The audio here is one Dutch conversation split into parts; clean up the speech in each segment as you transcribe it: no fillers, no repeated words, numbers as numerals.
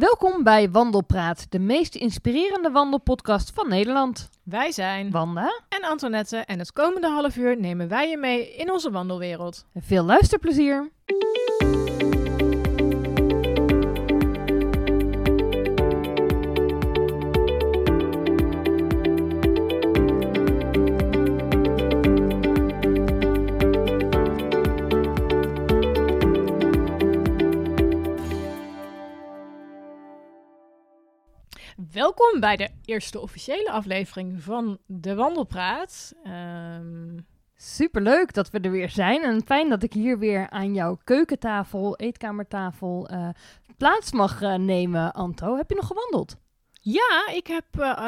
Welkom bij Wandelpraat, de meest inspirerende wandelpodcast van Nederland. Wij zijn Wanda en Antoinette en het komende half uur nemen wij je mee in onze wandelwereld. Veel luisterplezier. Welkom bij de eerste officiële aflevering van de Wandelpraat. Superleuk dat we er weer zijn en fijn dat ik hier weer aan jouw keukentafel, eetkamertafel plaats mag nemen, Anto. Heb je nog gewandeld? Ja, ik heb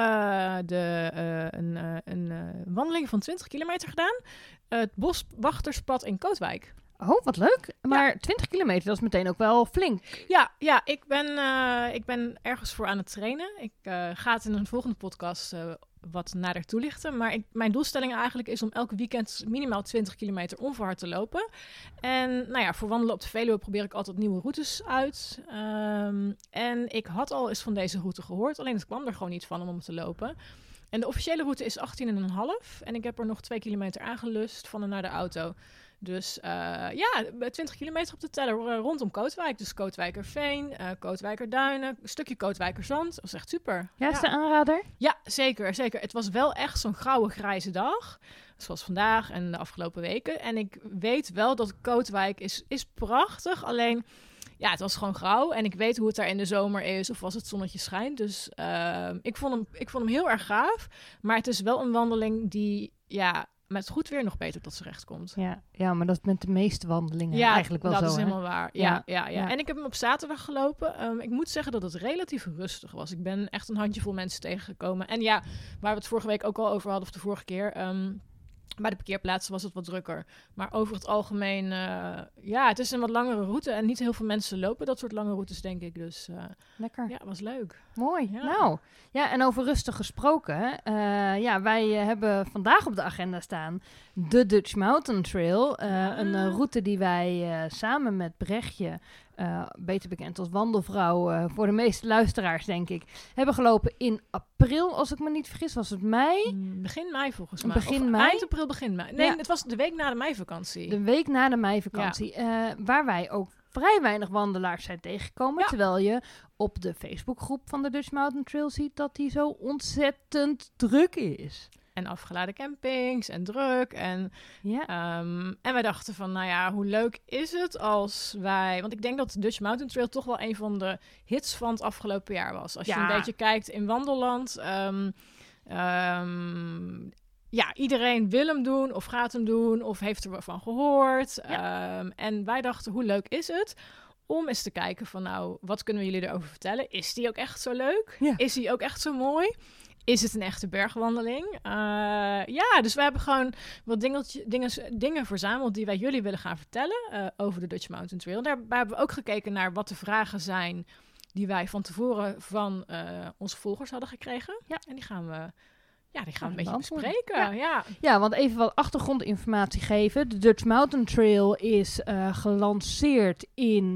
een wandeling van 20 kilometer gedaan. Het Boswachterspad in Kootwijk. Oh, wat leuk. Maar Ja. 20 kilometer, dat is meteen ook wel flink. Ja, ik ben ergens voor aan het trainen. Ik ga het in een volgende podcast wat nader toelichten. Maar mijn doelstelling eigenlijk is om elke weekend minimaal 20 kilometer onverhard te lopen. En voor wandelen op de Veluwe probeer ik altijd nieuwe routes uit. En ik had al eens van deze route gehoord, alleen het kwam er gewoon niet van om te lopen. En de officiële route is 18,5 en ik heb er nog 2 kilometer aangelust van en naar de auto. Dus 20 kilometer op de teller rondom Kootwijk. Dus Kootwijkerveen, Kootwijkerduinen, een stukje Kootwijkerzand. Dat was echt super. Ja, is de aanrader? Ja, zeker. Het was wel echt zo'n grauwe, grijze dag. Zoals vandaag en de afgelopen weken. En ik weet wel dat Kootwijk is prachtig. Alleen, ja, het was gewoon grauw. En ik weet hoe het daar in de zomer is of als het zonnetje schijnt. Dus ik vond hem heel erg gaaf. Maar het is wel een wandeling die, met goed weer nog beter tot z'n recht komt. Ja, maar dat is met de meeste wandelingen eigenlijk wel zo. Ja, dat is hè? helemaal waar. Ja. En ik heb hem op zaterdag gelopen. Ik moet zeggen dat het relatief rustig was. Ik ben echt een handjevol mensen tegengekomen. En ja, waar we het vorige week ook al over hadden, of de vorige keer, bij de parkeerplaatsen was het wat drukker. Maar over het algemeen, het is een wat langere route. En niet heel veel mensen lopen dat soort lange routes, denk ik. Dus Lekker. ja, was leuk. Mooi. Ja. Nou, ja, en over rustig gesproken. Wij hebben vandaag op de agenda staan de Dutch Mountain Trail. Een route die wij samen met Brechtje, beter bekend als wandelvrouw voor de meeste luisteraars, denk ik, hebben gelopen in april, als ik me niet vergis. Was het mei? Begin mei volgens mij. Begin Of mei? Eind april, begin mei. Nee, Ja. Het was de week na de meivakantie. De week na de meivakantie. Waar wij ook vrij weinig wandelaars zijn tegengekomen. Ja. Terwijl je op de Facebookgroep van de Dutch Mountain Trail ziet dat die zo ontzettend druk is. En afgeladen campings en druk. En wij dachten van, hoe leuk is het als wij... Want ik denk dat de Dutch Mountain Trail toch wel een van de hits van het afgelopen jaar was. Als je een beetje kijkt in wandelland... iedereen wil hem doen of gaat hem doen of heeft er van gehoord. Ja. En wij dachten, hoe leuk is het om eens te kijken van, wat kunnen we jullie erover vertellen? Is die ook echt zo leuk? Ja. Is die ook echt zo mooi? Is het een echte bergwandeling? Dus we hebben gewoon wat dingen verzameld die wij jullie willen gaan vertellen over de Dutch Mountain Trail. Daarbij hebben we ook gekeken naar wat de vragen zijn die wij van tevoren van onze volgers hadden gekregen. Ja. En die gaan we een beetje bespreken. Ja, want even wat achtergrondinformatie geven. De Dutch Mountain Trail is gelanceerd in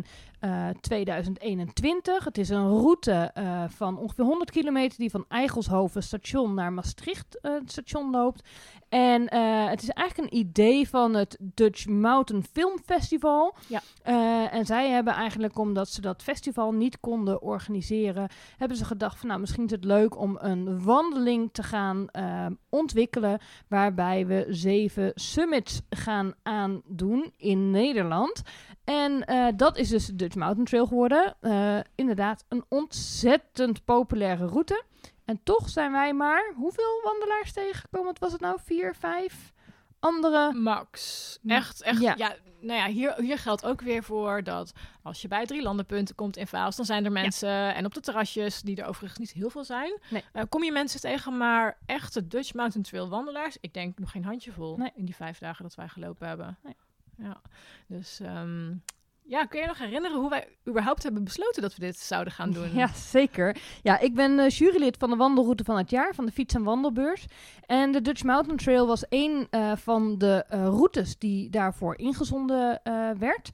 2021. Het is een route van ongeveer 100 kilometer die van Eigelshoven station naar Maastricht station loopt. En het is eigenlijk een idee van het Dutch Mountain Film Festival. Ja. En zij hebben eigenlijk, omdat ze dat festival niet konden organiseren, hebben ze gedacht van misschien is het leuk om een wandeling te gaan ontwikkelen, waarbij we 7 summits gaan aandoen in Nederland. En dat is dus de Dutch Mountain Trail geworden. Inderdaad, een ontzettend populaire route. En toch zijn wij maar, hoeveel wandelaars tegengekomen? Wat was het nou? 4, 5 andere? Max. Echt. Ja. Hier geldt ook weer voor dat als je bij 3 landenpunten komt in Vaals, dan zijn er mensen en op de terrasjes, die er overigens niet heel veel zijn, kom je mensen tegen, maar echte Dutch Mountain Trail wandelaars, ik denk nog geen handjevol in die 5 dagen dat wij gelopen hebben. Nee. Ja, dus kun je nog herinneren hoe wij überhaupt hebben besloten dat we dit zouden gaan doen? Ja, zeker. Ja, ik ben jurylid van de wandelroute van het jaar, van de Fiets- en Wandelbeurs. En de Dutch Mountain Trail was één van de routes die daarvoor ingezonden werd.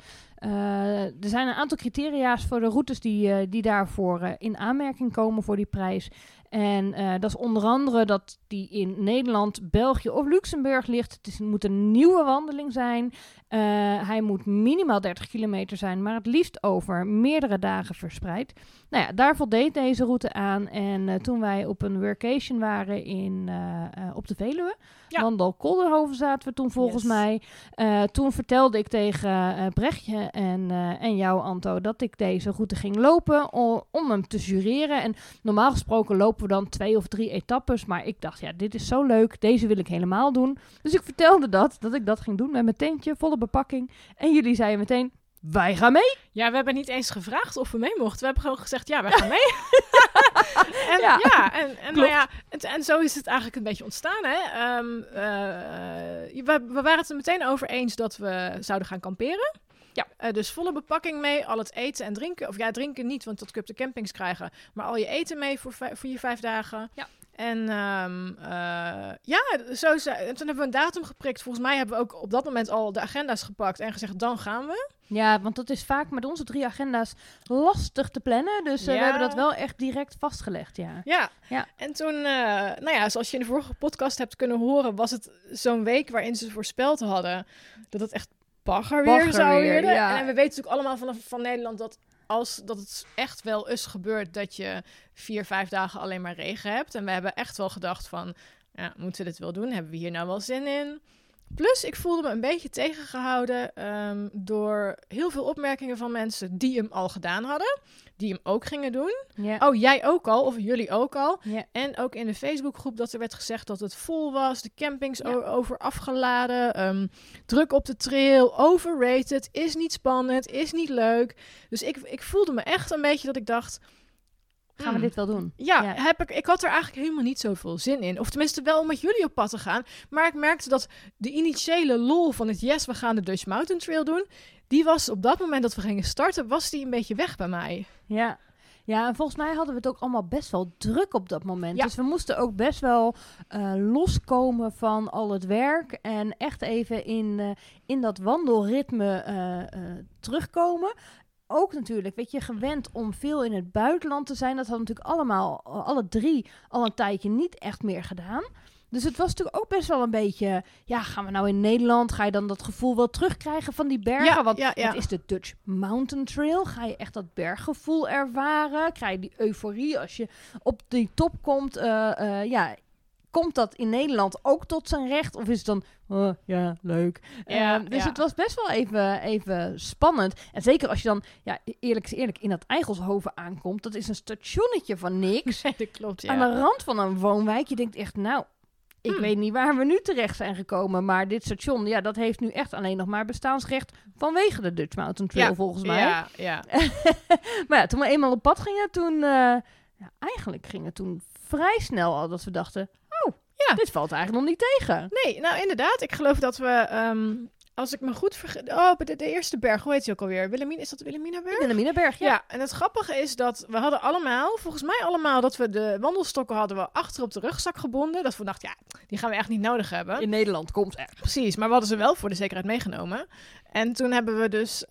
Er zijn een aantal criteria's voor de routes die daarvoor in aanmerking komen voor die prijs. En dat is onder andere dat die in Nederland, België of Luxemburg ligt. Het moet een nieuwe wandeling zijn. Hij moet minimaal 30 kilometer zijn, maar het liefst over meerdere dagen verspreid. Nou ja, daar voldeed deze route aan. En toen wij op een workation waren op de Veluwe, Wandel Kolderhoven zaten we toen volgens mij. Toen vertelde ik tegen Brechtje en jou, Anto, dat ik deze route ging lopen om hem te jureren. En normaal gesproken lopen we dan 2 of 3 etappes. Maar ik dacht, dit is zo leuk. Deze wil ik helemaal doen. Dus ik vertelde dat ik dat ging doen met mijn tentje, volle bepakking. En jullie zeiden meteen, wij gaan mee. Ja, we hebben niet eens gevraagd of we mee mochten. We hebben gewoon gezegd, wij gaan mee. En zo is het eigenlijk een beetje ontstaan. Hè? We waren het er meteen over eens dat we zouden gaan kamperen. Ja. Dus volle bepakking mee, al het eten en drinken. Of drinken niet, want dat kun je op de campings krijgen. Maar al je eten mee voor je 5 dagen. Ja. En toen hebben we een datum geprikt. Volgens mij hebben we ook op dat moment al de agenda's gepakt en gezegd, dan gaan we. Ja, want dat is vaak met onze 3 agenda's lastig te plannen. Dus we hebben dat wel echt direct vastgelegd, ja. En toen, zoals je in de vorige podcast hebt kunnen horen, was het zo'n week waarin ze voorspeld hadden dat het echt bagger weer zou worden. Ja. En we weten natuurlijk allemaal van Nederland dat het echt wel eens gebeurt dat je 4-5 dagen alleen maar regen hebt. En we hebben echt wel gedacht van, moeten we dit wel doen? Hebben we hier nou wel zin in? Plus, ik voelde me een beetje tegengehouden door heel veel opmerkingen van mensen die hem al gedaan hadden. Die hem ook gingen doen. Yeah. Oh, jij ook al? Of jullie ook al? Yeah. En ook in de Facebookgroep dat er werd gezegd dat het vol was. De campings over afgeladen. Druk op de trail. Overrated. Is niet spannend. Is niet leuk. Dus ik voelde me echt een beetje dat ik dacht, gaan we dit wel doen? Ja. Ik had er eigenlijk helemaal niet zoveel zin in. Of tenminste wel om met jullie op pad te gaan. Maar ik merkte dat de initiële lol van het we gaan de Dutch Mountain Trail doen, die was op dat moment dat we gingen starten, was die een beetje weg bij mij. Ja. Ja, en volgens mij hadden we het ook allemaal best wel druk op dat moment. Ja. Dus we moesten ook best wel loskomen van al het werk en echt even in dat wandelritme terugkomen. Ook natuurlijk, weet je, gewend om veel in het buitenland te zijn. Dat hadden natuurlijk allemaal, alle 3, al een tijdje niet echt meer gedaan. Dus het was natuurlijk ook best wel een beetje, gaan we nou in Nederland? Ga je dan dat gevoel wel terugkrijgen van die bergen? Want het is de Dutch Mountain Trail. Ga je echt dat berggevoel ervaren? Krijg je die euforie als je op die top komt? Komt dat in Nederland ook tot zijn recht? Of is het dan, leuk. Het was best wel even spannend. En zeker als je dan, eerlijk is eerlijk, in dat Eigelshoven aankomt. Dat is een stationnetje van niks. Dat klopt, ja. Aan de rand van een woonwijk. Je denkt echt, ik weet niet waar we nu terecht zijn gekomen. Maar dit station, dat heeft nu echt alleen nog maar bestaansrecht vanwege de Dutch Mountain Trail, volgens mij. Ja. Maar toen we eenmaal op pad gingen, toen eigenlijk gingen toen vrij snel al dat we dachten, dit valt eigenlijk nog niet tegen. Nee, nou inderdaad. Ik geloof dat we, als ik me goed vergeet, de eerste berg, hoe heet die ook alweer? Is dat de Wilhelminaberg? Wilhelminaberg, ja. Ja, en het grappige is dat we hadden volgens mij allemaal, dat we de wandelstokken hadden we achter op de rugzak gebonden. Dat we dachten, die gaan we echt niet nodig hebben. In Nederland komt echt. Precies, maar we hadden ze wel voor de zekerheid meegenomen. En toen hebben we dus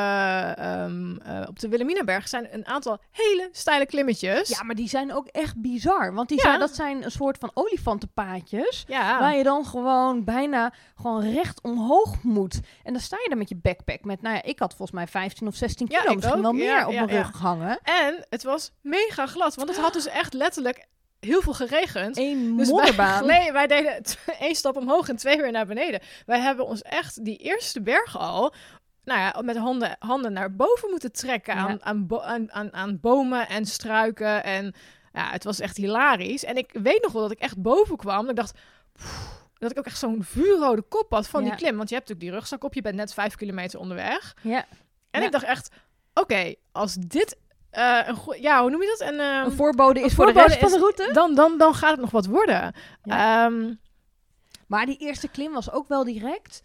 op de Wilhelminaberg zijn een aantal hele steile klimmetjes. Ja, maar die zijn ook echt bizar. Want dat zijn een soort van olifantenpaadjes. Ja. Waar je dan gewoon bijna recht omhoog moet. En dan sta je daar met je backpack met, ik had volgens mij 15 of 16 kilo. Misschien wel meer op mijn rug hangen. En het was mega glad. Want het had dus echt letterlijk heel veel geregend. Een modderbaan. Wij deden 1 stap omhoog en 2 weer naar beneden. Wij hebben ons echt die eerste berg al, met handen naar boven moeten trekken aan bomen en struiken. En het was echt hilarisch. En ik weet nog wel dat ik echt boven kwam. Dat ik dacht, dat ik ook echt zo'n vuurrode kop had van die klim. Want je hebt natuurlijk die rugzak op. Je bent net 5 kilometer onderweg. Ja. En ik dacht echt, oké, als dit hoe noem je dat? Een voorbode is voor de rest van de route? Dan gaat het nog wat worden. Ja. Maar die eerste klim was ook wel direct.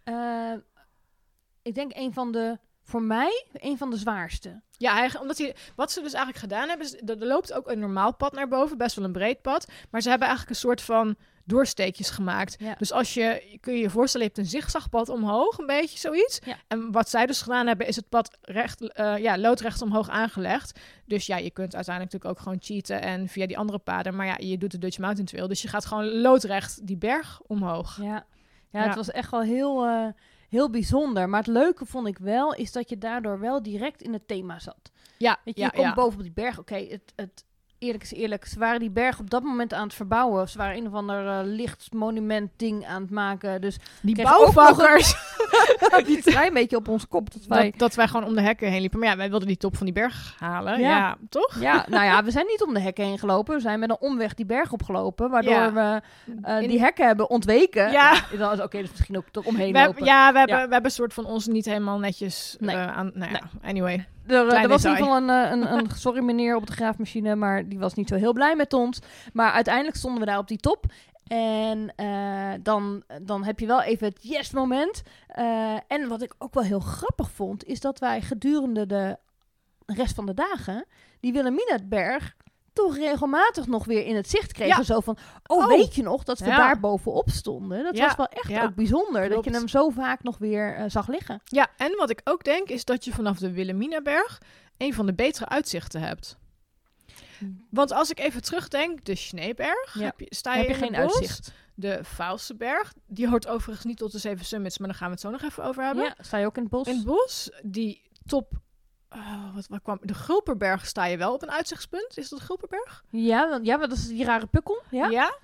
Ik denk voor mij een van de zwaarste. Ja, omdat wat ze dus eigenlijk gedaan hebben, is er loopt ook een normaal pad naar boven, best wel een breed pad. Maar ze hebben eigenlijk een soort van doorsteekjes gemaakt. Ja. Dus kun je je voorstellen, je hebt een zigzagpad omhoog, een beetje zoiets. Ja. En wat zij dus gedaan hebben, is het pad loodrecht omhoog aangelegd. Dus ja, je kunt uiteindelijk natuurlijk ook gewoon cheaten en via die andere paden. Maar ja, je doet de Dutch Mountain Trail, dus je gaat gewoon loodrecht die berg omhoog. Ja, het was echt wel heel bijzonder. Maar het leuke vond ik wel, is dat je daardoor wel direct in het thema zat. Ja, Weet je komt boven op die berg. Oké, eerlijk is eerlijk. Ze waren die berg op dat moment aan het verbouwen. Ze waren een of ander lichtmonument ding aan het maken. Dus die bouwvakkers. Die klein beetje op ons kop. Dat wij gewoon om de hekken heen liepen. Maar ja, wij wilden die top van die berg halen. Ja, toch? Ja, nou ja, we zijn niet om de hekken heen gelopen. We zijn met een omweg die berg opgelopen. Waardoor we die hekken hebben ontweken. Ja. Dan is oké, dus misschien ook toch omheen We lopen. hebben een soort van ons niet helemaal netjes aan... Nou ja, anyway. Er was in ieder geval een sorry meneer op de graafmachine, maar die was niet zo heel blij met ons. Maar uiteindelijk stonden we daar op die top. En dan heb je wel even het yes moment. En wat ik ook wel heel grappig vond, is dat wij gedurende de rest van de dagen die Wilhelminaberg toch regelmatig nog weer in het zicht kregen. Ja. Zo van, weet je nog dat we daar bovenop stonden? Dat was wel echt ook bijzonder. Klopt. Dat je hem zo vaak nog weer zag liggen. Ja, en wat ik ook denk, is dat je vanaf de Wilhelminaberg een van de betere uitzichten hebt. Want als ik even terugdenk, de Schneeberg, heb je geen uitzicht. De Vaalseberg, die hoort overigens niet tot de 7 Summits, maar daar gaan we het zo nog even over hebben. Ja, sta je ook in het bos? In het bos, die top... wat kwam? De Gulperberg sta je wel op een uitzichtspunt. Is dat de Gulperberg? Ja, dat is die rare pukkel. Ja.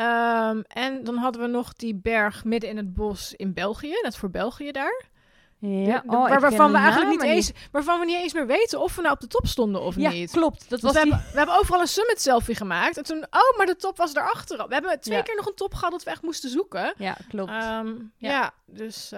En dan hadden we nog die berg midden in het bos in België. Net voor België daar. Ja, waarvan we eigenlijk waarvan we niet eens meer weten of we nou op de top stonden of niet. Ja, klopt. We hebben overal een summit selfie gemaakt. En toen, maar de top was daarachter. We hebben 2 keer nog een top gehad dat we echt moesten zoeken. Ja, klopt. Dus...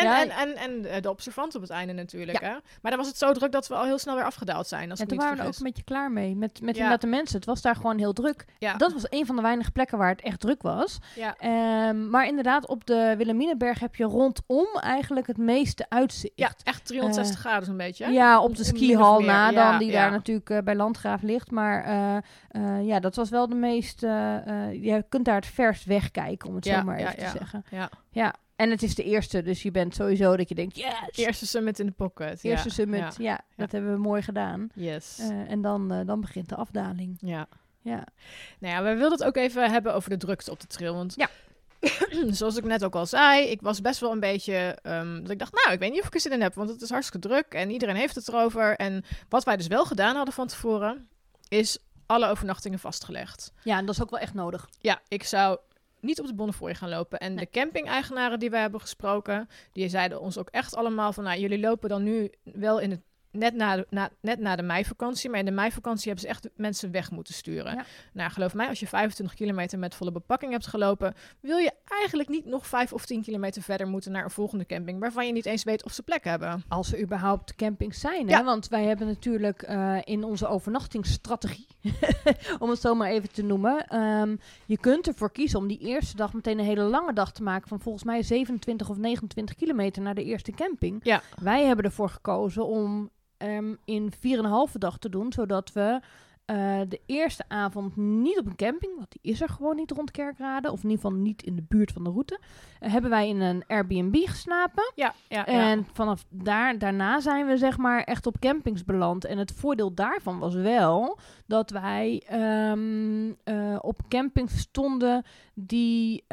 En de observant op het einde natuurlijk. Ja. Hè? Maar dan was het zo druk dat we al heel snel weer afgedaald zijn. En toen waren we er ook een beetje klaar mee. Met inderdaad de mensen. Het was daar gewoon heel druk. Ja. Dat was een van de weinige plekken waar het echt druk was. Ja. Maar inderdaad, op de Wilhelminaberg heb je rondom eigenlijk het meeste uitzicht. Ja, echt 360 graden zo'n beetje. Hè? Ja, op de skihal na die daar natuurlijk bij Landgraaf ligt. Maar dat was wel de meest... je kunt daar het verst wegkijken, om het zo maar even te zeggen. Ja. En het is de eerste, dus je bent sowieso dat je denkt... Yes! Eerste summit in de pocket. Eerste summit, dat hebben we mooi gedaan. Yes. En dan begint de afdaling. Ja. Nou ja, we wilden het ook even hebben over de drukte op de trail. Want zoals ik net ook al zei, ik was best wel een beetje... dat ik dacht, ik weet niet of ik er zin in heb, want het is hartstikke druk en iedereen heeft het erover. En wat wij dus wel gedaan hadden van tevoren, is alle overnachtingen vastgelegd. Ja, en dat is ook wel echt nodig. Ja, ik zou niet op de Bonnefoy gaan lopen. En de camping-eigenaren die we hebben gesproken, die zeiden ons ook echt allemaal van, jullie lopen dan nu wel in het net na de meivakantie. Maar in de meivakantie hebben ze echt mensen weg moeten sturen. Ja. Nou, geloof mij, als je 25 kilometer met volle bepakking hebt gelopen, wil je eigenlijk niet nog 5 of 10 kilometer verder moeten naar een volgende camping, waarvan je niet eens weet of ze plek hebben. Als er überhaupt campings zijn, hè? Want wij hebben natuurlijk in onze overnachtingsstrategie, om het zo maar even te noemen, je kunt ervoor kiezen om die eerste dag meteen een hele lange dag te maken van volgens mij 27 of 29 kilometer naar de eerste camping. Ja. Wij hebben ervoor gekozen om in 4,5 dag te doen, zodat we de eerste avond niet op een camping, want die is er gewoon niet rond Kerkrade, of in ieder geval niet in de buurt van de route, hebben wij in een Airbnb geslapen. Ja. En vanaf daarna zijn we zeg maar echt op campings beland. En het voordeel daarvan was wel dat wij op campings stonden die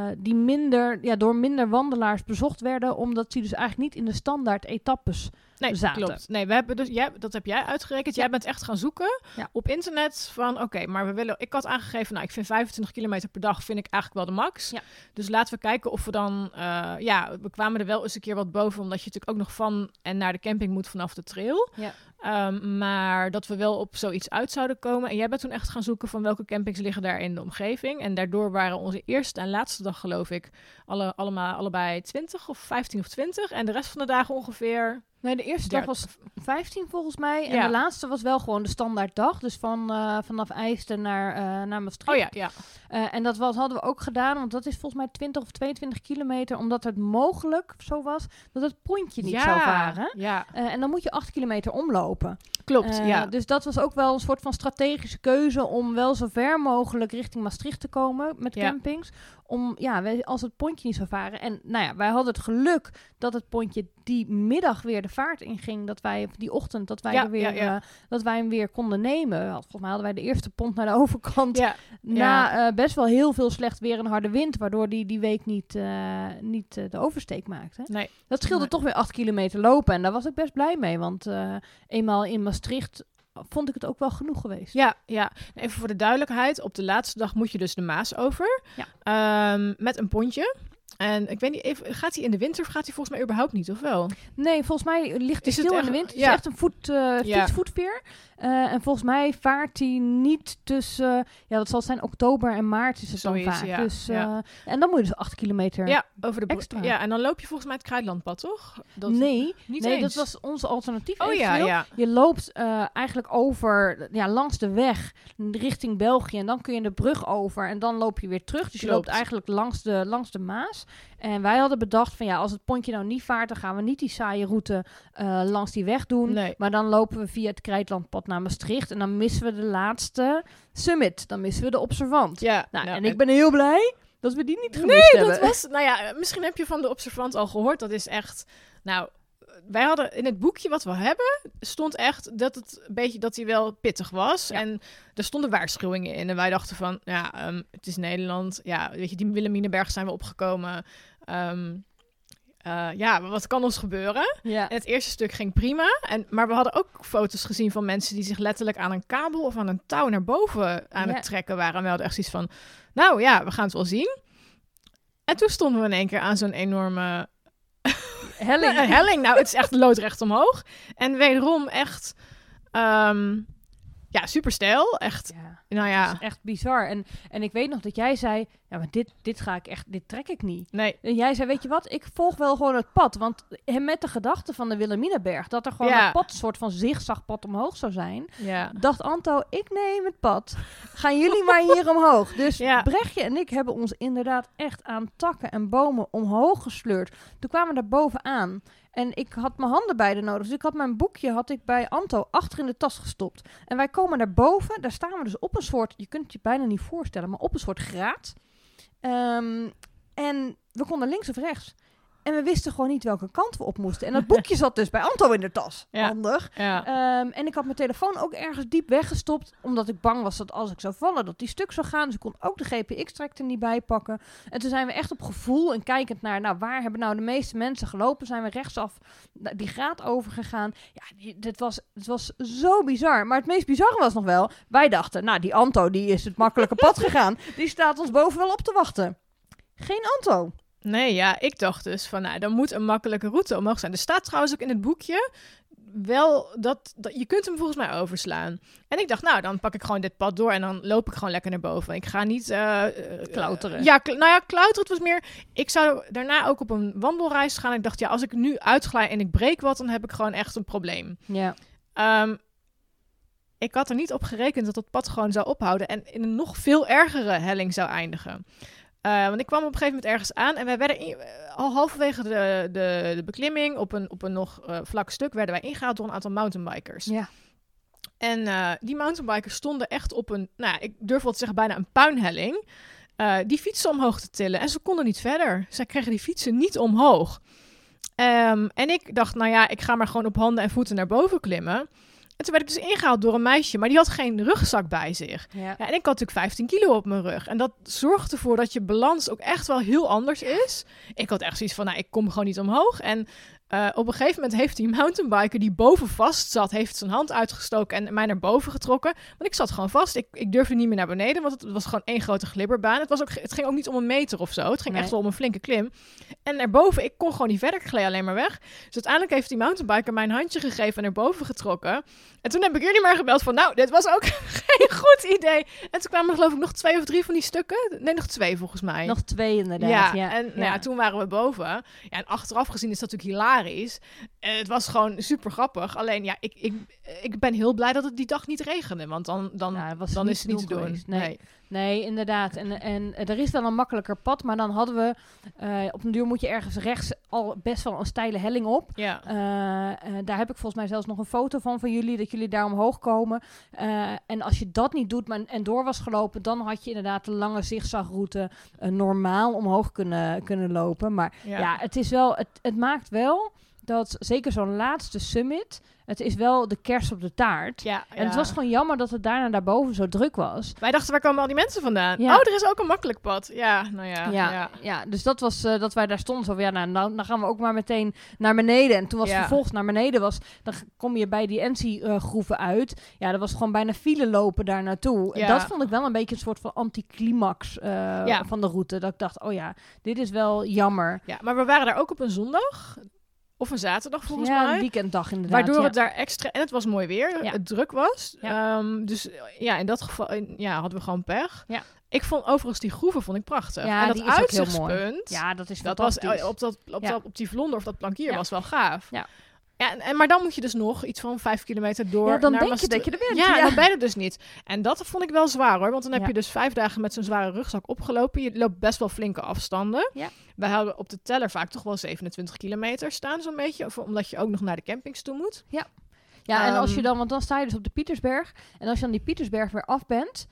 door minder wandelaars bezocht werden, omdat die dus eigenlijk niet in de standaard etappes zaten. Klopt. Nee, we hebben dus, dat heb jij uitgerekend. Jij bent echt gaan zoeken op internet van maar ik had aangegeven, ik vind 25 kilometer per dag vind ik eigenlijk wel de max. Ja. Dus laten we kijken of we dan, we kwamen er wel eens een keer wat boven, omdat je natuurlijk ook nog van en naar de camping moet vanaf de trail. Ja. Maar dat we wel op zoiets uit zouden komen. En jij bent toen echt gaan zoeken van welke campings liggen daar in de omgeving. En daardoor waren onze eerste en laatste dag, geloof ik, allebei 20 of 15 of 20. En de rest van de dagen ongeveer Nee, de eerste dag was 15 volgens mij. En Ja. de laatste was wel gewoon de standaard dag. Dus vanaf IJsden naar Maastricht. Oh ja. En dat hadden we ook gedaan, want dat is volgens mij 20 of 22 kilometer. Omdat het mogelijk zo was dat het pontje niet zou varen. Ja, En dan moet je 8 kilometer omlopen. klopt. Ja. Dus dat was ook wel een soort van strategische keuze om wel zo ver mogelijk richting Maastricht te komen met campings. Om, als het pontje niet zou varen. En wij hadden het geluk dat het pontje die middag weer de vaart inging. Die ochtend, dat wij hem weer konden nemen. Volgens mij hadden wij de eerste pont naar de overkant. Ja. Na best wel heel veel slecht weer en harde wind. Waardoor die week niet de oversteek maakte. Nee. Dat scheelde toch weer 8 kilometer lopen. En daar was ik best blij mee. Want eenmaal in Maastricht vond ik het ook wel genoeg geweest. Ja. Even voor de duidelijkheid. Op de laatste dag moet je dus de Maas over. Ja. Met een pontje. En ik weet niet, gaat hij in de winter of gaat hij volgens mij überhaupt niet, of wel? Nee, volgens mij ligt hij stil in de winter. Het is echt een fietsvoetveer. En volgens mij vaart hij niet tussen... dat zal zijn oktober en maart is het dan vaak. Ja. Dus, en dan moet je dus 8 kilometer over de extra. Ja, en dan loop je volgens mij het Kruidlandpad, toch? Nee, eens. Dat was onze alternatief. Ja. Je loopt eigenlijk over, langs de weg richting België. En dan kun je de brug over en dan loop je weer terug. Dus je loopt eigenlijk langs de Maas. En wij hadden bedacht van als het pontje nou niet vaart, dan gaan we niet die saaie route langs die weg doen. Nee. Maar dan lopen we via het Kruidlandpad naar Maastricht. En dan missen we de laatste summit. Dan missen we de Observant. Ja. En ik ben heel blij dat we die niet gemist hebben. Nee, dat was... misschien heb je van de Observant al gehoord. Dat is echt... wij hadden in het boekje wat we hebben, stond echt dat hij wel pittig was. Ja. En er stonden waarschuwingen in. En wij dachten van, het is Nederland. Ja, weet je, die Wilhelminaberg zijn we opgekomen. Wat kan ons gebeuren? Ja. En het eerste stuk ging prima. Maar we hadden ook foto's gezien van mensen die zich letterlijk aan een kabel of aan een touw naar boven aan het trekken waren. En we hadden echt zoiets van, we gaan het wel zien. En toen stonden we in één keer aan zo'n enorme... helling. Nou, het is echt loodrecht omhoog. En wederom echt... super steil. Echt. Het is echt bizar. En ik weet nog dat jij zei... maar dit trek ik niet. Nee. En jij zei, weet je wat? Ik volg wel gewoon het pad. Want met de gedachte van de Wilhelminaberg... dat er gewoon een pad, een soort van zigzagpad omhoog zou zijn... dacht Anto, ik neem het pad. Gaan jullie maar hier omhoog. Dus Brechtje en ik hebben ons inderdaad echt aan takken en bomen omhoog gesleurd. Toen kwamen we daar bovenaan. En ik had mijn handen beide nodig. Dus ik had mijn boekje bij Anto achter in de tas gestopt. En wij komen daar boven. Daar staan we dus op een soort... Je kunt het je bijna niet voorstellen. Maar op een soort graat. En we konden links of rechts. En we wisten gewoon niet welke kant we op moesten. En dat boekje zat dus bij Anto in de tas. Ja. Handig. Ja. En ik had mijn telefoon ook ergens diep weggestopt. Omdat ik bang was dat als ik zou vallen, dat die stuk zou gaan. Dus ik kon ook de GPX-track er niet bij pakken. En toen zijn we echt op gevoel en kijkend naar... waar hebben nou de meeste mensen gelopen? Zijn we rechtsaf die graad overgegaan. Ja, het was zo bizar. Maar het meest bizarre was nog wel... Wij dachten, die Anto die is het makkelijke pad gegaan. Die staat ons boven wel op te wachten. Geen Anto. Nee, ik dacht dus van, dan moet een makkelijke route omhoog zijn. Er staat trouwens ook in het boekje wel dat je kunt hem volgens mij overslaan. En ik dacht, dan pak ik gewoon dit pad door en dan loop ik gewoon lekker naar boven. Ik ga niet... klauteren. Klauteren, het was meer... Ik zou daarna ook op een wandelreis gaan. En ik dacht, als ik nu uitglij en ik breek wat, dan heb ik gewoon echt een probleem. Ja. Ik had er niet op gerekend dat het pad gewoon zou ophouden en in een nog veel ergere helling zou eindigen. Want ik kwam op een gegeven moment ergens aan en wij werden al halverwege de beklimming op een nog vlak stuk werden wij ingehaald door een aantal mountainbikers. Ja. En die mountainbikers stonden echt op een, ik durf wel te zeggen bijna een puinhelling, die fietsen omhoog te tillen en ze konden niet verder. Zij kregen die fietsen niet omhoog. En ik dacht, ik ga maar gewoon op handen en voeten naar boven klimmen. En toen werd ik dus ingehaald door een meisje, maar die had geen rugzak bij zich. Ja. En ik had natuurlijk 15 kilo op mijn rug. En dat zorgt ervoor dat je balans ook echt wel heel anders is. Ik had echt zoiets van, ik kom gewoon niet omhoog. En op een gegeven moment heeft die mountainbiker die boven vast zat, heeft zijn hand uitgestoken en mij naar boven getrokken. Want ik zat gewoon vast. Ik durfde niet meer naar beneden, want het was gewoon één grote glibberbaan. Het ging ook niet om een meter of zo. Het ging echt wel om een flinke klim. En daarboven, ik kon gewoon niet verder. Ik gleed alleen maar weg. Dus uiteindelijk heeft die mountainbiker mij een handje gegeven en naar boven getrokken. En toen heb ik jullie maar gebeld van, dit was ook geen goed idee. En toen kwamen er geloof ik nog 2 of 3 van die stukken. Nee, nog 2 volgens mij. Nog 2 inderdaad. Ja. En toen waren we boven. Ja, en achteraf gezien is dat natuurlijk hilarisch. hilarisch. Het was gewoon super grappig. Alleen ja, ik ben heel blij dat het die dag niet regende. Want dan is het niet te doen. Geweest. Nee, inderdaad. En er is wel een makkelijker pad. Maar dan hadden we... op een duur moet je ergens rechts al best wel een steile helling op. Ja. Daar heb ik volgens mij zelfs nog een foto van jullie. Dat jullie daar omhoog komen. En als je dat niet doet en door was gelopen... dan had je inderdaad de lange zigzagroute normaal omhoog kunnen lopen. Maar ja, het is wel... Het maakt wel dat zeker zo'n laatste summit... Het is wel de kers op de taart. Ja, en het was gewoon jammer dat het daarna daarboven zo druk was. Wij dachten, waar komen al die mensen vandaan? Ja. Oh, er is ook een makkelijk pad. Ja, nou ja. Ja, dus dat was dat wij daar stonden. Zo van, dan gaan we ook maar meteen naar beneden. En toen was vervolgens naar beneden dan kom je bij die NC-groeven uit. Ja, dat was gewoon bijna file lopen daar naartoe. En dat vond ik wel een beetje een soort van anticlimax van de route. Dat ik dacht, dit is wel jammer. Ja, maar we waren daar ook op een zondag... Of een zaterdag volgens mij. Ja, een weekenddag inderdaad. Waardoor het daar extra... En het was mooi weer. Ja. Het druk was. Ja. Dus in dat geval hadden we gewoon pech. Ja. Ik vond overigens die groeven prachtig. Ja, en dat die is uitzichtspunt... Heel mooi. Ja, dat is fantastisch. Op die vlonder of dat plankier was wel gaaf. Ja. Ja, maar dan moet je dus nog iets van 5 kilometer door naar denk je dat je er bent. Ja, dan ben je er dus niet. En dat vond ik wel zwaar hoor. Want dan heb je dus 5 dagen met zo'n zware rugzak opgelopen. Je loopt best wel flinke afstanden. Ja. Wij hadden op de teller vaak toch wel 27 kilometer staan zo'n beetje. Omdat je ook nog naar de campings toe moet. Ja, en als je dan... Want dan sta je dus op de Pietersberg. En als je dan die Pietersberg weer af bent...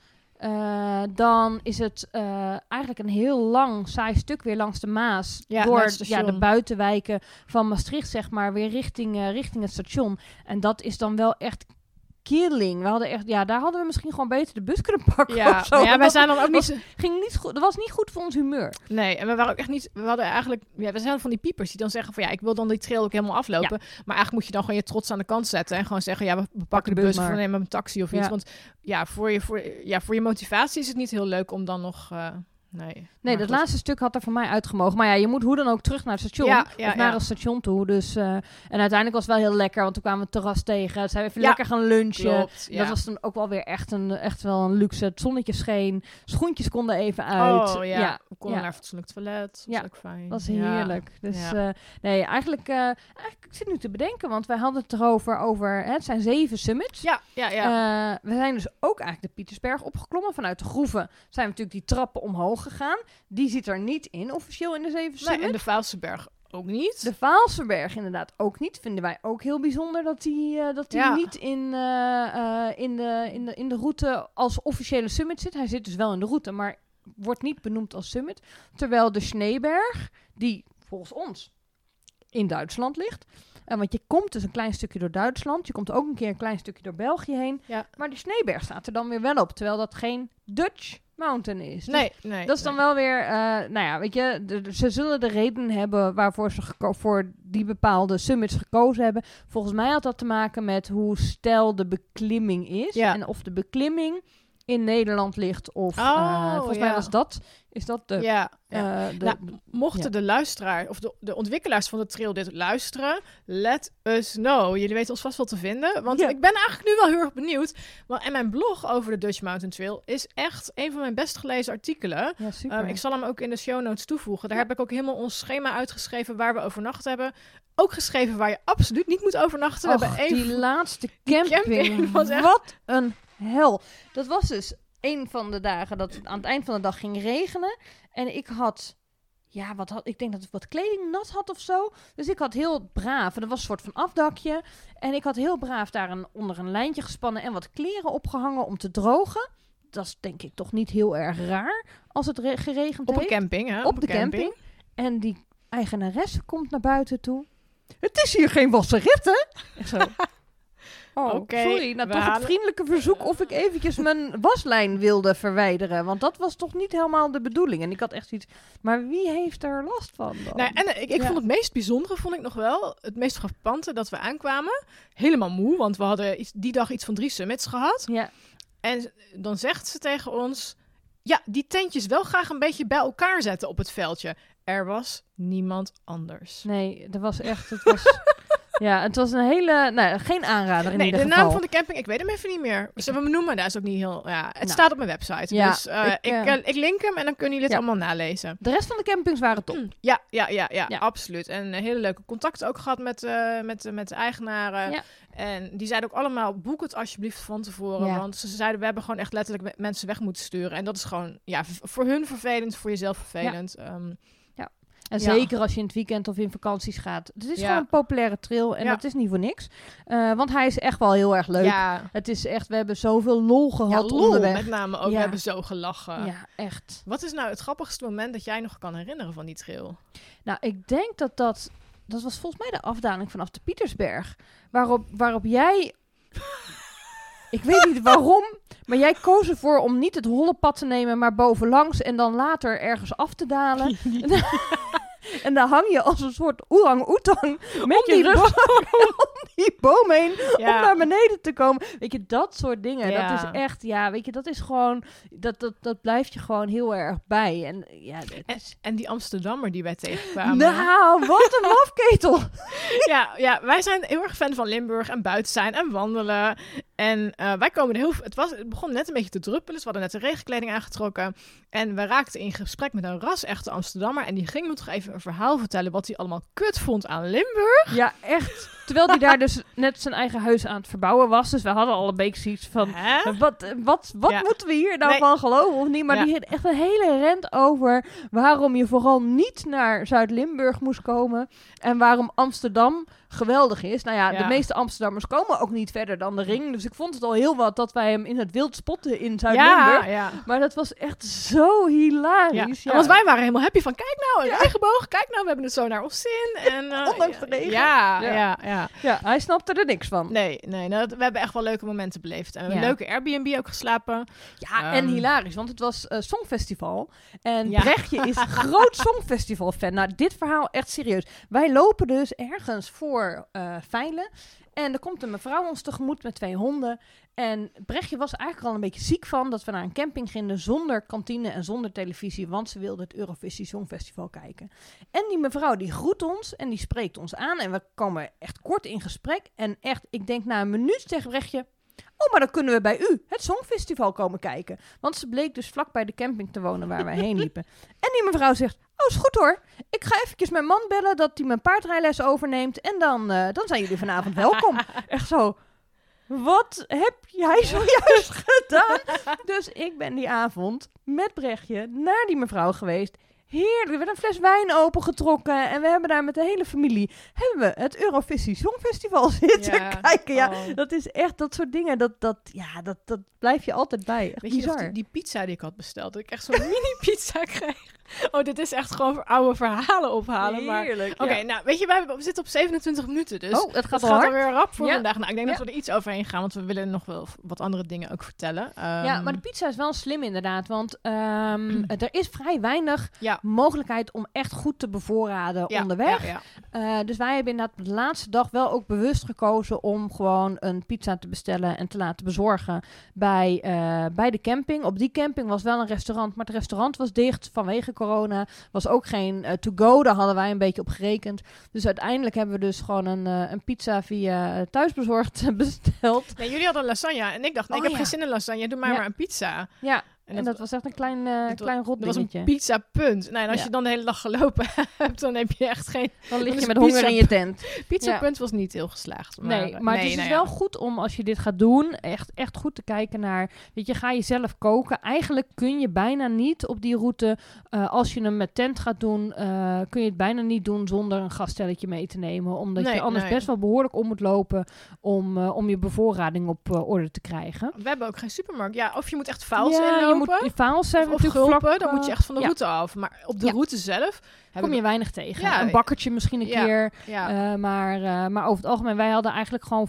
dan is het eigenlijk een heel lang, saai stuk weer langs de Maas. Door de buitenwijken van Maastricht, zeg maar, weer richting het station. En dat is dan wel echt killing. We hadden echt, daar hadden we misschien gewoon beter de bus kunnen pakken. Ja, of zo. Maar wij zijn dan ook niet... Ging niet goed. Dat was niet goed voor ons humeur. Nee, en we waren ook echt niet... We hadden eigenlijk... Ja, we zijn van die piepers die dan zeggen van ik wil dan die trail ook helemaal aflopen. Ja. Maar eigenlijk moet je dan gewoon je trots aan de kant zetten en gewoon zeggen we pakken de bus of we nemen een taxi of iets. Want voor je motivatie is het niet heel leuk om dan nog... Nee, dat laatste stuk had er voor mij uitgemogen. Maar je moet hoe dan ook terug naar het station. Of naar het station toe. Dus, en uiteindelijk was het wel heel lekker. Want toen kwamen we het terras tegen. Dus zijn we even lekker gaan lunchen. Klopt, dat was dan ook wel weer echt wel een luxe. Het zonnetje scheen. Schoentjes konden even uit. We konden naar het fatsoenlijk toilet. Dat was ook fijn. Dat was heerlijk. Dus eigenlijk... ik zit nu te bedenken. Want wij hadden het erover het zijn 7 summits. We zijn dus ook eigenlijk de Pietersberg opgeklommen. Vanuit de groeven zijn we natuurlijk die trappen omhoog gegaan. Die zit er niet in, officieel in de 7 summits. Nee, en de Vaalserberg ook niet. De Vaalserberg inderdaad ook niet. Vinden wij ook heel bijzonder dat die niet in de route als officiële summit zit. Hij zit dus wel in de route, maar wordt niet benoemd als summit. Terwijl de Schneeberg, die volgens ons in Duitsland ligt... want je komt dus een klein stukje door Duitsland. Je komt ook een keer een klein stukje door België heen. Ja. Maar de Schneeberg staat er dan weer wel op. Terwijl dat geen Dutch mountain is. Dus nee. Dat is dan wel weer... weet je... Ze zullen de reden hebben waarvoor ze voor die bepaalde summits gekozen hebben. Volgens mij had dat te maken met hoe steil de beklimming is. Ja. En of de beklimming in Nederland ligt. Of volgens mij was dat... Is dat de... mochten de luisteraar of de ontwikkelaars van de trail dit luisteren, let us know. Jullie weten ons vast wel te vinden. Want ik ben eigenlijk nu wel heel erg benieuwd. En mijn blog over de Dutch Mountain Trail is echt een van mijn best gelezen artikelen. Ja, super. Ik zal hem ook in de show notes toevoegen. Daar heb ik ook helemaal ons schema uitgeschreven waar we overnacht hebben. Ook geschreven waar je absoluut niet moet overnachten. Die laatste camping. Was echt... Wat een hel. Dat was dus een van de dagen dat het aan het eind van de dag ging regenen. En ik had... ik denk dat ik wat kleding nat had of zo. Dus ik had heel braaf... En dat was een soort van afdakje. En ik had heel braaf daar onder een lijntje gespannen... en wat kleren opgehangen om te drogen. Dat is denk ik toch niet heel erg raar... als het geregend heeft. Op een camping, hè? Op de camping. En die eigenaresse komt naar buiten toe. Het is hier geen wasseretten. En zo... sorry. Toch het vriendelijke verzoek of ik eventjes mijn waslijn wilde verwijderen. Want dat was toch niet helemaal de bedoeling. En ik had echt zoiets... Maar wie heeft er last van dan? Ik vond het meest bijzondere, vond ik nog wel... Het meest frappante dat we aankwamen. Helemaal moe, want we hadden die dag iets van 3 summits gehad. Ja. En dan zegt ze tegen ons... Ja, die tentjes wel graag een beetje bij elkaar zetten op het veldje. Er was niemand anders. Nee, er was echt... Het was... Ja, het was een hele... Nou, geen aanrader in ieder de geval. naam van de camping, ik weet hem even niet meer. Zullen we hem noemen? Dat is ook niet heel... Ja, het Nou. staat op mijn website. Ja, Dus ik link hem en dan kunnen jullie het allemaal nalezen. De rest van de campings waren top. Ja, absoluut. En hele leuke contacten ook gehad met de eigenaren. Ja. En die zeiden ook allemaal, boek het alsjeblieft van tevoren. Ja. Want ze zeiden, we hebben gewoon echt letterlijk mensen weg moeten sturen. En dat is gewoon, voor hun vervelend, voor jezelf vervelend. En zeker als je in het weekend of in vakanties gaat. Het is gewoon een populaire trail en dat is niet voor niks. Want hij is echt wel heel erg leuk. Ja. Het is echt, we hebben zoveel lol gehad onderweg. Met name ook, we hebben zo gelachen. Ja, echt. Wat is nou het grappigste moment dat jij nog kan herinneren van die trail? Nou, ik denk dat was volgens mij de afdaling vanaf de Pietersberg. Waarop jij... Ik weet niet waarom, maar jij koos ervoor om niet het holle pad te nemen, maar bovenlangs en dan later ergens af te dalen. En dan hang je als een soort orang-oetang met je rug om die boom heen om naar beneden te komen. Weet je, dat soort dingen. Ja. Dat is echt, weet je, dat is gewoon, dat blijft je gewoon heel erg bij. En, en die Amsterdammer die wij tegenkwamen. Nou, wat een mafketel. Ja, wij zijn heel erg fan van Limburg en buiten zijn en wandelen. En wij komen het begon net een beetje te druppelen. Dus we hadden net de regenkleding aangetrokken. En we raakten in gesprek met een ras-echte Amsterdammer. En die ging me toch even een verhaal vertellen wat hij allemaal kut vond aan Limburg. Ja, echt. Terwijl hij daar dus net zijn eigen huis aan het verbouwen was. Dus we hadden al een beetje zoiets van... Wat moeten we hier nou van geloven of niet? Maar die had echt een hele rent over waarom je vooral niet naar Zuid-Limburg moest komen. En waarom Amsterdam geweldig is. Nou ja, de meeste Amsterdammers komen ook niet verder dan de ring. Dus ik vond het al heel wat dat wij hem in het wild spotten in Zuid-Limburg. Ja. Maar dat was echt zo hilarisch. Ja. Want wij waren helemaal happy van, kijk nou, een regenboog. Kijk nou, we hebben het zo naar ons zin. En, ondanks de regen. Ja, hij snapte er niks van. Nee, we hebben echt wel leuke momenten beleefd. En een leuke Airbnb ook geslapen. Ja, en hilarisch, want het was Songfestival. En Brechtje is groot Songfestival-fan. Nou, dit verhaal echt serieus. Wij lopen dus ergens voor Veilen. En er komt een mevrouw ons tegemoet met 2 honden. En Brechtje was eigenlijk al een beetje ziek van dat we naar een camping gingen zonder kantine en zonder televisie, want ze wilde het Eurovisie Songfestival kijken. En die mevrouw die groet ons en die spreekt ons aan en we komen echt kort in gesprek. En echt, ik denk na een minuut tegen Brechtje, oh, maar dan kunnen we bij u het Songfestival komen kijken. Want ze bleek dus vlak bij de camping te wonen waar wij heen liepen. En die mevrouw zegt, oh, is goed hoor. Ik ga eventjes mijn man bellen dat hij mijn paardrijles overneemt. En dan zijn jullie vanavond welkom. Echt zo, wat heb jij zojuist gedaan? Dus ik ben die avond met Brechtje naar die mevrouw geweest. Heerlijk, er werd een fles wijn opengetrokken en we hebben daar met de hele familie het Eurovisie Songfestival zitten kijken. Ja, dat is echt dat soort dingen, dat blijf je altijd bij. Echt weet je bizar. nog die pizza die ik had besteld, dat ik echt zo'n mini pizza kreeg. Oh, dit is echt gewoon voor oude verhalen ophalen. Heerlijk. Oké, nou, weet je, we zitten op 27 minuten, dus het gaat alweer rap voor vandaag. Nou, ik denk dat we er iets overheen gaan, want we willen nog wel wat andere dingen ook vertellen. Ja, maar de pizza is wel slim inderdaad, want er is vrij weinig mogelijkheid om echt goed te bevoorraden onderweg. Dus wij hebben inderdaad de laatste dag wel ook bewust gekozen om gewoon een pizza te bestellen en te laten bezorgen bij de camping. Op die camping was wel een restaurant, maar het restaurant was dicht vanwege corona. Was ook geen to-go, daar hadden wij een beetje op gerekend. Dus uiteindelijk hebben we dus gewoon een pizza via thuisbezorgd besteld. Nee, jullie hadden lasagne en ik dacht, nee, ik heb geen zin in lasagne, doe maar een pizza. Ja. En dat was echt een klein rot dingetje. Dat was een pizza punt. Nou, en als je dan de hele dag gelopen hebt, dan heb je echt geen... Dan lig je met honger in je tent. Pizza punt was niet heel geslaagd. Maar het is dus wel goed om, als je dit gaat doen, echt goed te kijken naar... Weet je, ga je zelf koken. Eigenlijk kun je bijna niet op die route, als je hem met tent gaat doen, kun je het bijna niet doen zonder een gaststelletje mee te nemen. Omdat je anders best wel behoorlijk om moet lopen om je bevoorrading op orde te krijgen. We hebben ook geen supermarkt. Ja, of je moet echt Vaals inlopen. Die Vaals zijn of natuurlijk Gulpen, dan moet je echt van de route af. Maar op de route zelf... kom je weinig tegen. Een bakkertje misschien een keer. Ja. Maar over het algemeen, wij hadden eigenlijk gewoon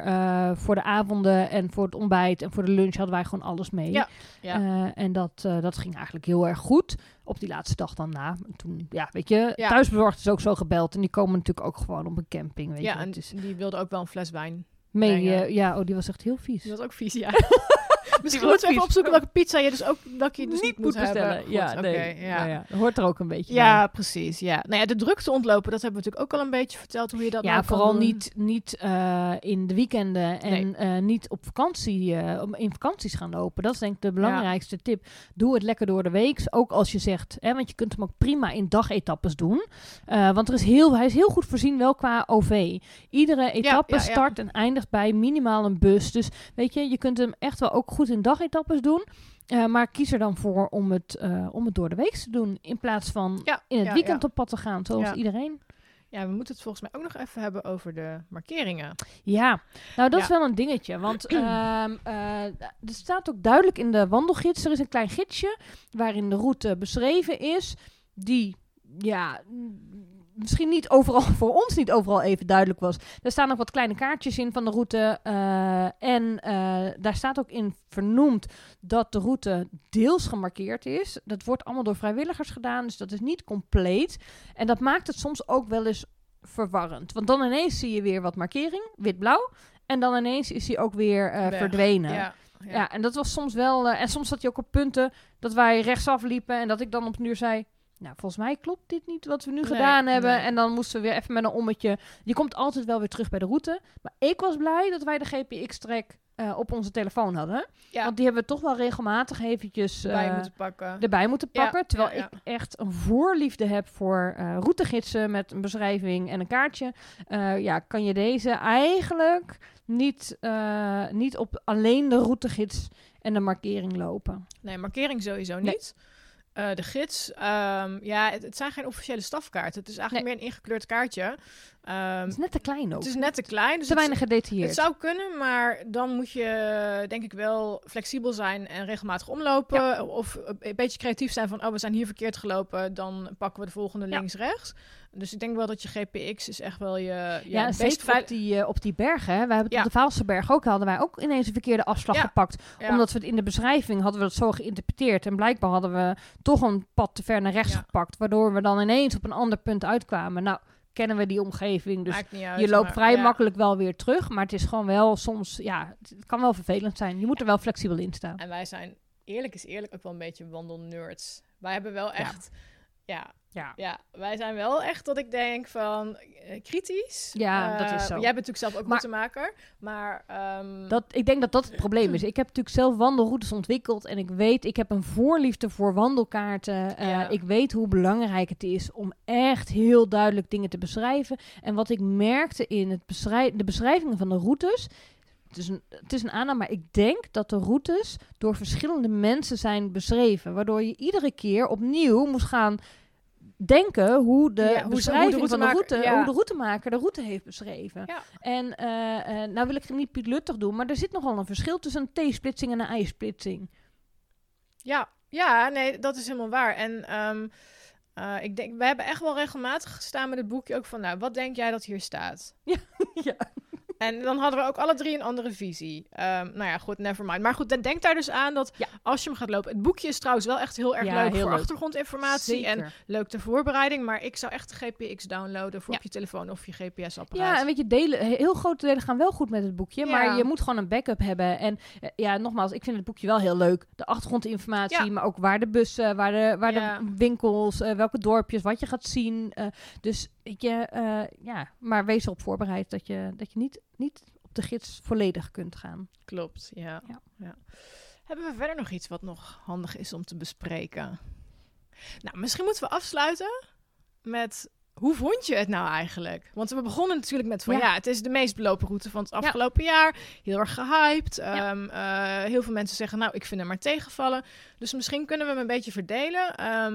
voor de avonden en voor het ontbijt en voor de lunch hadden wij gewoon alles mee. Ja. En dat ging eigenlijk heel erg goed. Op die laatste dag dan na. Toen, weet je, thuisbezorgd is ook zo gebeld. En die komen natuurlijk ook gewoon op een camping. Weet je. En die wilde ook wel een fles wijn. Die was echt heel vies. Die was ook vies, ja. Misschien moeten we even opzoeken welke pizza je dus ook niet moet bestellen. Hebben. Ja, goed, nee. okay, ja. Ja, dat hoort er ook een beetje Ja, bij. precies. Ja. Nou ja, de drukte ontlopen, dat hebben we natuurlijk ook al een beetje verteld hoe je dat nou kan vooral doen. niet in de weekenden en niet op vakantie, in vakanties gaan lopen. Dat is denk ik de belangrijkste tip. Doe het lekker door de week, ook als je zegt, want je kunt hem ook prima in dagetappes doen. Want hij is heel goed voorzien wel qua OV. Iedere etappe start en eindigt bij minimaal een bus. Dus weet je kunt hem echt wel ook goed in dagetappes doen. Maar kies er dan voor om het door de week te doen. In plaats van in het weekend op pad te gaan, zoals iedereen. Ja, we moeten het volgens mij ook nog even hebben over de markeringen. Ja, nou dat is wel een dingetje. Want er staat ook duidelijk in de wandelgids. Er is een klein gidsje waarin de route beschreven is. Die, misschien niet overal, voor ons niet overal even duidelijk was. Er staan nog wat kleine kaartjes in van de route. En daar staat ook in vernoemd dat de route deels gemarkeerd is. Dat wordt allemaal door vrijwilligers gedaan, dus dat is niet compleet. En dat maakt het soms ook wel eens verwarrend. Want dan ineens zie je weer wat markering, wit-blauw. En dan ineens is hij ook weer verdwenen. Ja, en dat was soms wel... en soms zat je ook op punten dat wij rechtsaf liepen en dat ik dan op een uur zei... Nou, volgens mij klopt dit niet wat we nu gedaan hebben. Nee. En dan moesten we weer even met een ommetje. Je komt altijd wel weer terug bij de route. Maar ik was blij dat wij de GPX-track op onze telefoon hadden. Ja. Want die hebben we toch wel regelmatig eventjes erbij moeten pakken. Terwijl ik echt een voorliefde heb voor routegidsen met een beschrijving en een kaartje. Kan je deze eigenlijk niet op alleen de routegids en de markering lopen. Nee, markering sowieso niet. Nee. De gids, het zijn geen officiële stafkaarten. Het is eigenlijk meer een ingekleurd kaartje. Het is net te klein ook. Het is net te klein. Dus te weinig gedetailleerd. Het zou kunnen, maar dan moet je denk ik wel flexibel zijn en regelmatig omlopen. Ja. Of een beetje creatief zijn van, we zijn hier verkeerd gelopen. Dan pakken we de volgende links-rechts. Dus ik denk wel dat je GPX is echt wel je zeker op die bergen. Hè. We hebben op de Vaalserberg hadden wij ook ineens een verkeerde afslag gepakt. Ja. Omdat we het in de beschrijving hadden we het zo geïnterpreteerd. En blijkbaar hadden we toch een pad te ver naar rechts gepakt. Waardoor we dan ineens op een ander punt uitkwamen. Nou, kennen we die omgeving. Dus je loopt vrij makkelijk wel weer terug. Maar het is gewoon wel soms... Ja, het kan wel vervelend zijn. Je moet er wel flexibel in staan. En wij zijn, eerlijk is eerlijk, ook wel een beetje wandelnerds. Wij hebben wel echt... Ja, wij zijn wel echt dat ik denk van kritisch. Ja, dat is zo. Jij bent natuurlijk zelf ook routemaker, maar... ik denk dat het probleem is. Ik heb natuurlijk zelf wandelroutes ontwikkeld en ik heb een voorliefde voor wandelkaarten. Ik weet hoe belangrijk het is om echt heel duidelijk dingen te beschrijven. En wat ik merkte in de beschrijvingen van de routes... Het is een aanname, maar ik denk dat de routes door verschillende mensen zijn beschreven. Waardoor je iedere keer opnieuw moest gaan denken hoe de beschrijving van de route, hoe de routemaker de route heeft beschreven. Ja. En nou wil ik het niet pietluttig doen, maar er zit nogal een verschil tussen een T-splitsing en een I-splitsing. Ja, nee, dat is helemaal waar. En ik denk, we hebben echt wel regelmatig gestaan met het boekje ook van, wat denk jij dat hier staat? Ja. En dan hadden we ook alle drie een andere visie. Goed, never mind. Maar goed, denk daar dus aan dat als je hem gaat lopen... Het boekje is trouwens wel echt heel erg leuk voor achtergrondinformatie. Zeker. En leuk ter voorbereiding. Maar ik zou echt de GPX downloaden voor op je telefoon of je GPS-apparaat. Ja, en weet je, heel grote delen gaan wel goed met het boekje. Ja. Maar je moet gewoon een backup hebben. En nogmaals, ik vind het boekje wel heel leuk. De achtergrondinformatie, maar ook waar de bussen, waar de winkels, welke dorpjes, wat je gaat zien. Maar wees erop voorbereid dat je niet op de gids volledig kunt gaan. Klopt, ja. Hebben we verder nog iets wat nog handig is om te bespreken? Nou, misschien moeten we afsluiten met... Hoe vond je het nou eigenlijk? Want we begonnen natuurlijk met het is de meest belopen route van het afgelopen jaar. Heel erg gehyped. Heel veel mensen zeggen, ik vind hem maar tegenvallen. Dus misschien kunnen we hem een beetje verdelen.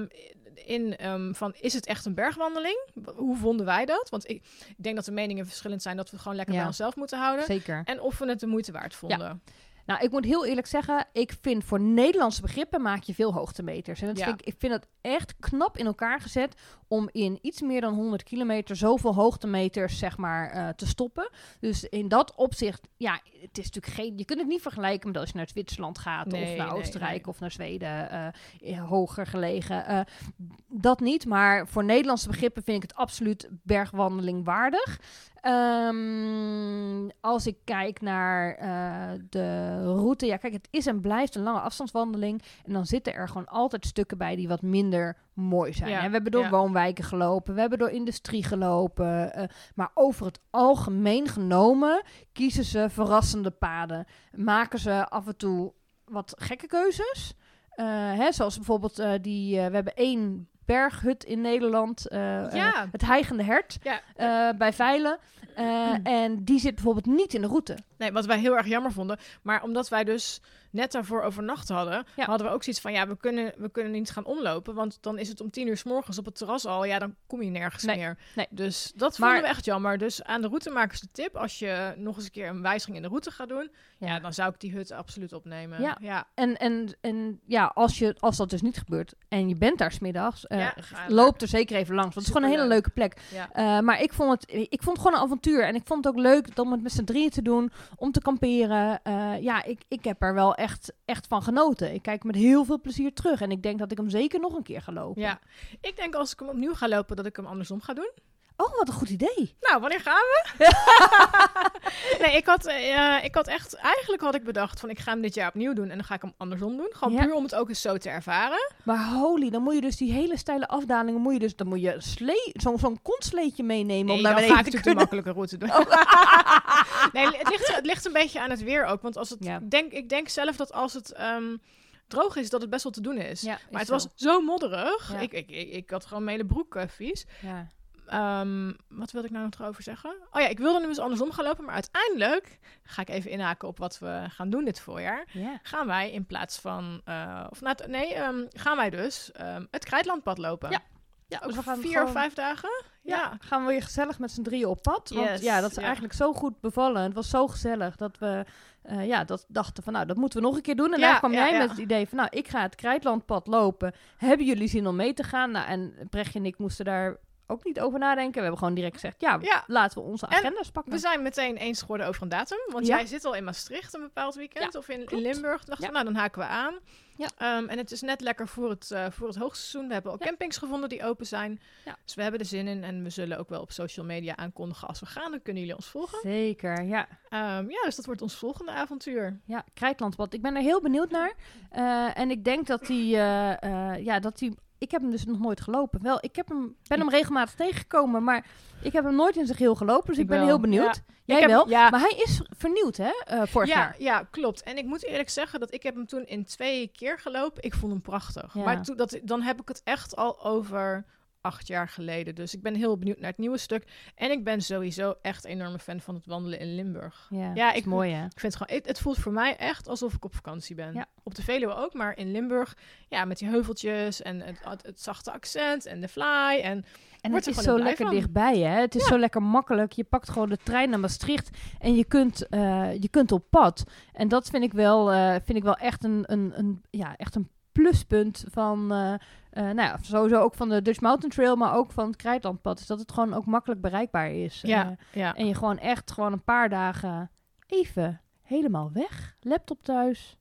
Is het echt een bergwandeling? Hoe vonden wij dat? Want ik denk dat de meningen verschillend zijn dat we het gewoon lekker bij onszelf moeten houden. Zeker. En of we het de moeite waard vonden. Ja. Nou, ik moet heel eerlijk zeggen, ik vind voor Nederlandse begrippen maak je veel hoogtemeters. En ik vind het echt knap in elkaar gezet om in iets meer dan 100 kilometer zoveel hoogtemeters, zeg maar, te stoppen. Dus in dat opzicht, het is natuurlijk je kunt het niet vergelijken met als je naar Zwitserland gaat of naar Oostenrijk of naar Zweden, hoger gelegen. Dat niet, maar voor Nederlandse begrippen vind ik het absoluut bergwandeling waardig. Als ik kijk naar de route... Ja, kijk, het is en blijft een lange afstandswandeling. En dan zitten er gewoon altijd stukken bij die wat minder mooi zijn. Ja. Hè? We hebben door woonwijken gelopen. We hebben door industrie gelopen. Maar over het algemeen genomen kiezen ze verrassende paden. Maken ze af en toe wat gekke keuzes. Zoals bijvoorbeeld we hebben 1 berghut in Nederland. Het Hijgende Hert bij Veilen. En die zit bijvoorbeeld niet in de route. Nee, wat wij heel erg jammer vonden. Maar omdat wij dus net daarvoor overnacht hadden, hadden we ook zoiets van, we kunnen niet gaan omlopen, want dan is het om 10:00 's morgens op het terras al. Ja, dan kom je nergens meer. Nee. Dus dat vonden we echt jammer. Dus aan de routemakers de tip, als je nog eens een keer een wijziging in de route gaat doen, dan zou ik die hut absoluut opnemen. Ja. En als dat dus niet gebeurt en je bent daar 's middags, loop er zeker even langs. Want het is gewoon een hele leuke plek. Ja. Maar ik vond het gewoon een avontuur. En ik vond het ook leuk om het met z'n drieën te doen, om te kamperen. Ik heb er wel echt van genoten. Ik kijk met heel veel plezier terug. En ik denk dat ik hem zeker nog een keer ga lopen. Ja, ik denk als ik hem opnieuw ga lopen, dat ik hem andersom ga doen. Oh, wat een goed idee. Nou, wanneer gaan we? Nee, eigenlijk had ik bedacht van ik ga hem dit jaar opnieuw doen en dan ga ik hem andersom doen. Gewoon puur om het ook eens zo te ervaren. Maar dan moet je dus die hele steile afdalingen, dan moet je zo'n kontsleetje meenemen. Nee, om dan naar ga ik natuurlijk de makkelijke route doen. Nee, het ligt een beetje aan het weer ook. Want als het, ik denk zelf dat als het droog is, dat het best wel te doen is. Ja, maar het was zo modderig. Ja. Ik had gewoon mijn hele broek vies. Ja. Wat wilde ik nou nog erover zeggen? Oh ja, ik wilde nu eens andersom gaan lopen. Maar uiteindelijk ga ik even inhaken op wat we gaan doen dit voorjaar. Yeah. Gaan wij in plaats van... gaan wij dus het Krijtlandpad lopen. Ja. Ja, dus we gaan 4 of 5 dagen. Ja, gaan we weer gezellig met z'n drieën op pad. Want dat is eigenlijk zo goed bevallen. Het was zo gezellig dat we dachten van, dat moeten we nog een keer doen. En daar kwam jij met het idee van, ik ga het Krijtlandpad lopen. Hebben jullie zin om mee te gaan? Nou, en Brechtje en ik moesten daar ook niet over nadenken. We hebben gewoon direct gezegd, laten we onze agenda's pakken. We zijn meteen eens geworden over een datum. Want jij zit al in Maastricht een bepaald weekend. Of in Limburg. Dachten we, dan haken we aan. Ja. En het is net lekker voor het hoogseizoen. We hebben ook campings gevonden die open zijn. Ja. Dus we hebben er zin in. En we zullen ook wel op social media aankondigen als we gaan. Dan kunnen jullie ons volgen. Zeker, ja. Dus dat wordt ons volgende avontuur. Ja, Krijtlandpad. Ik ben er heel benieuwd naar. En ik denk dat die ik heb hem dus nog nooit gelopen. Wel, ben hem regelmatig tegengekomen, maar ik heb hem nooit in zijn geheel gelopen. Dus ik ben heel benieuwd. Ja. Jij wel? Ja. Maar hij is vernieuwd, hè? Vorig jaar. Ja, klopt. En ik moet eerlijk zeggen dat ik heb hem toen in 2 keer gelopen. Ik vond hem prachtig. Ja. Maar dan heb ik het echt al over 8 jaar geleden. Dus ik ben heel benieuwd naar het nieuwe stuk. En ik ben sowieso echt een enorme fan van het wandelen in Limburg. Ja, is mooi, hè? Ik vind het gewoon... Het voelt voor mij echt alsof ik op vakantie ben. Ja. Op de Veluwe ook, maar in Limburg... Ja, met die heuveltjes en het zachte accent en de fly. En het is zo lekker dichtbij, hè? Het is zo lekker makkelijk. Je pakt gewoon de trein naar Maastricht en je kunt op pad. En dat vind ik wel echt een pluspunt van... sowieso ook van de Dutch Mountain Trail, maar ook van het Krijtlandpad. Is dat het gewoon ook makkelijk bereikbaar is. En je gewoon een paar dagen even helemaal weg. Laptop thuis.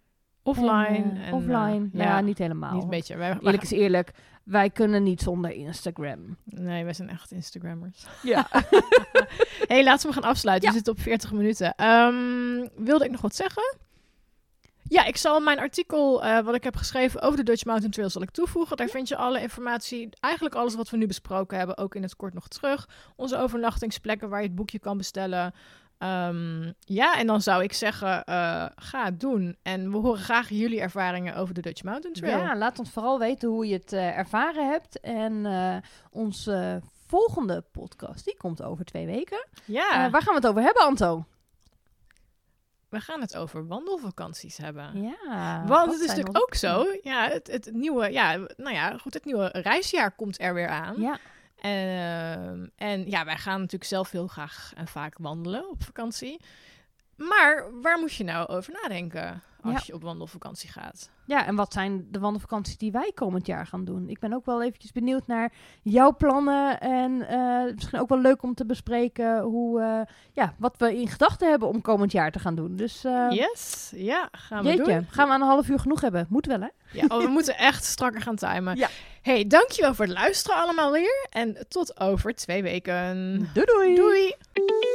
Offline. Niet helemaal. Niet een beetje. Eerlijk is eerlijk. Wij kunnen niet zonder Instagram. Nee, wij zijn echt Instagrammers. Ja. Hey, laten we gaan afsluiten. We zitten op 40 minuten. Wilde ik nog wat zeggen? Ja, ik zal mijn artikel wat ik heb geschreven over de Dutch Mountain Trail zal ik toevoegen. Daar vind je alle informatie, eigenlijk alles wat we nu besproken hebben, ook in het kort nog terug. Onze overnachtingsplekken waar je het boekje kan bestellen. En dan zou ik zeggen, ga het doen. En we horen graag jullie ervaringen over de Dutch Mountain Trail. Ja, laat ons vooral weten hoe je het ervaren hebt. En onze volgende podcast, die komt over 2 weken. Ja. Waar gaan we het over hebben, Anto? We gaan het over wandelvakanties hebben. Ja. Want het is natuurlijk ook zo. Ja, het nieuwe reisjaar komt er weer aan. Ja. Wij gaan natuurlijk zelf heel graag en vaak wandelen op vakantie. Maar waar moet je nou over nadenken als je op wandelvakantie gaat? Ja, en wat zijn de wandelvakanties die wij komend jaar gaan doen? Ik ben ook wel eventjes benieuwd naar jouw plannen. En misschien ook wel leuk om te bespreken wat we in gedachten hebben om komend jaar te gaan doen. Dus, gaan we doen. Gaan we aan een half uur genoeg hebben? Moet wel, hè? Ja, we moeten echt strakker gaan timen. Ja. Hey, dankjewel voor het luisteren allemaal weer. En tot over 2 weken. Doei doei! Doei!